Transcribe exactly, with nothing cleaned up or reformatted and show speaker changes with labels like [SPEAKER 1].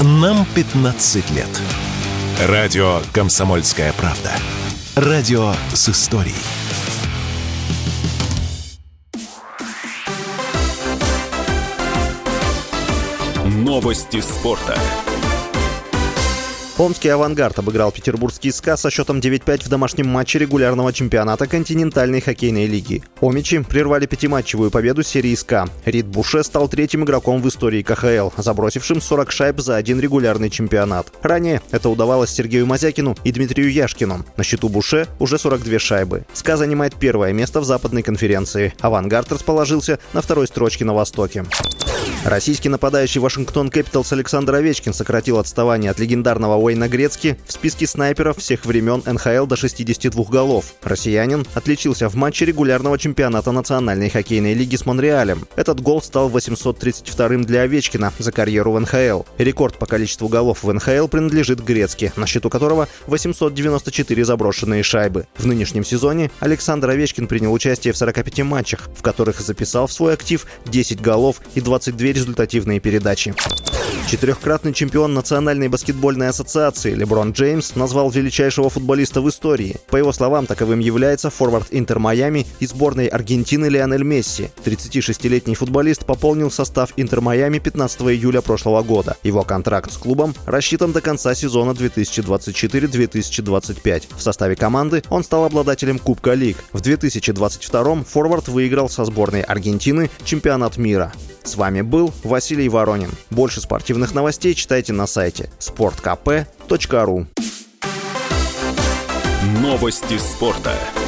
[SPEAKER 1] Нам пятнадцать лет. Радио «Комсомольская правда». Радио с историей. Новости спорта.
[SPEAKER 2] Омский «Авангард» обыграл петербургский «СКА» со счетом девять пять в домашнем матче регулярного чемпионата континентальной хоккейной лиги. Омичи прервали пятиматчевую победу серии «СКА». Рид Буше стал третьим игроком в истории ка ха эл, забросившим сорок шайб за один регулярный чемпионат. Ранее это удавалось Сергею Мазякину и Дмитрию Яшкину. На счету Буше уже сорок две шайбы. «СКА» занимает первое место в западной конференции. «Авангард» расположился на второй строчке на востоке. Российский нападающий Вашингтон Кэпиталс Александр Овечкин сократил отставание от легендарного Уэйна Грецки в списке снайперов всех времен эн ха эл до шестидесяти двух голов. Россиянин отличился в матче регулярного чемпионата Национальной хоккейной лиги с Монреалем. Этот гол стал восемьсот тридцать вторым для Овечкина за карьеру в эн ха эл. Рекорд по количеству голов в эн ха эл принадлежит Грецке, на счету которого восемьсот девяносто четыре заброшенные шайбы. В нынешнем сезоне Александр Овечкин принял участие в сорока пяти матчах, в которых записал в свой актив десять голов и двадцать две результативные передачи. Четырехкратный чемпион Национальной баскетбольной ассоциации Леброн Джеймс назвал величайшего футболиста в истории. По его словам, таковым является форвард Интер Майами и сборной Аргентины Лионель Месси. тридцатишестилетний футболист пополнил состав Интер Майами пятнадцатого июля прошлого года. Его контракт с клубом рассчитан до конца сезона две тысячи двадцать четыре - две тысячи двадцать пять. В составе команды он стал обладателем Кубка Лиг. В две тысячи двадцать втором форвард выиграл со сборной Аргентины чемпионат мира. С вами был Василий Воронин. Больше спортивных новостей читайте на сайте спорт ка пэ точка ру.
[SPEAKER 1] Новости спорта.